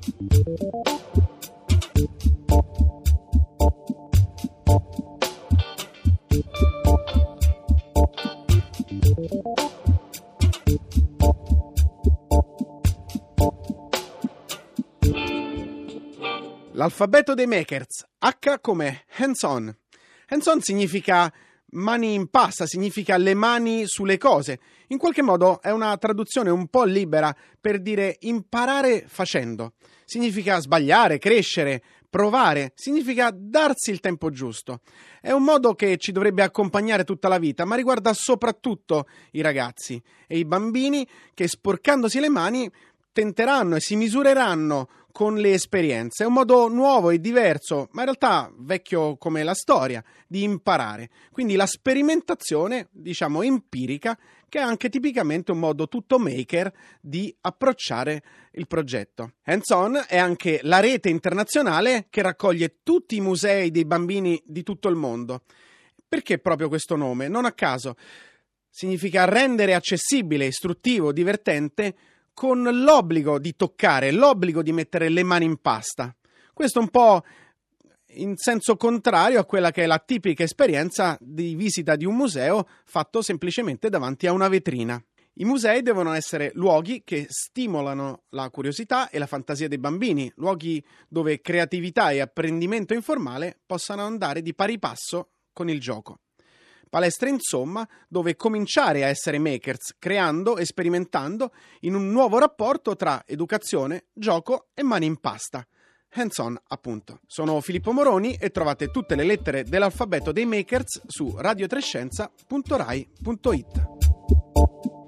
L'alfabeto dei makers, H come hands-on. Hands-on significa mani in pasta, significa le mani sulle cose. In qualche modo è una traduzione un po' libera per dire imparare facendo. Significa sbagliare, crescere, provare, significa darsi il tempo giusto. È un modo che ci dovrebbe accompagnare tutta la vita, ma riguarda soprattutto i ragazzi e i bambini che, sporcandosi le mani, tenteranno e si misureranno con le esperienze. È un modo nuovo e diverso, ma in realtà vecchio come la storia, di imparare. Quindi la sperimentazione, diciamo, empirica, che è anche tipicamente un modo tutto maker di approcciare il progetto. Hands-on è anche la rete internazionale che raccoglie tutti i musei dei bambini di tutto il mondo. Perché proprio questo nome? Non a caso. Significa rendere accessibile, istruttivo, divertente, con l'obbligo di toccare, l'obbligo di mettere le mani in pasta. Questo un po' in senso contrario a quella che è la tipica esperienza di visita di un museo fatto semplicemente davanti a una vetrina. I musei devono essere luoghi che stimolano la curiosità e la fantasia dei bambini, luoghi dove creatività e apprendimento informale possano andare di pari passo con il gioco. Palestre, insomma, dove cominciare a essere makers, creando e sperimentando in un nuovo rapporto tra educazione, gioco e mani in pasta. Hands-on, appunto. Sono Filippo Moroni e trovate tutte le lettere dell'alfabeto dei makers su radiotrescienza.rai.it.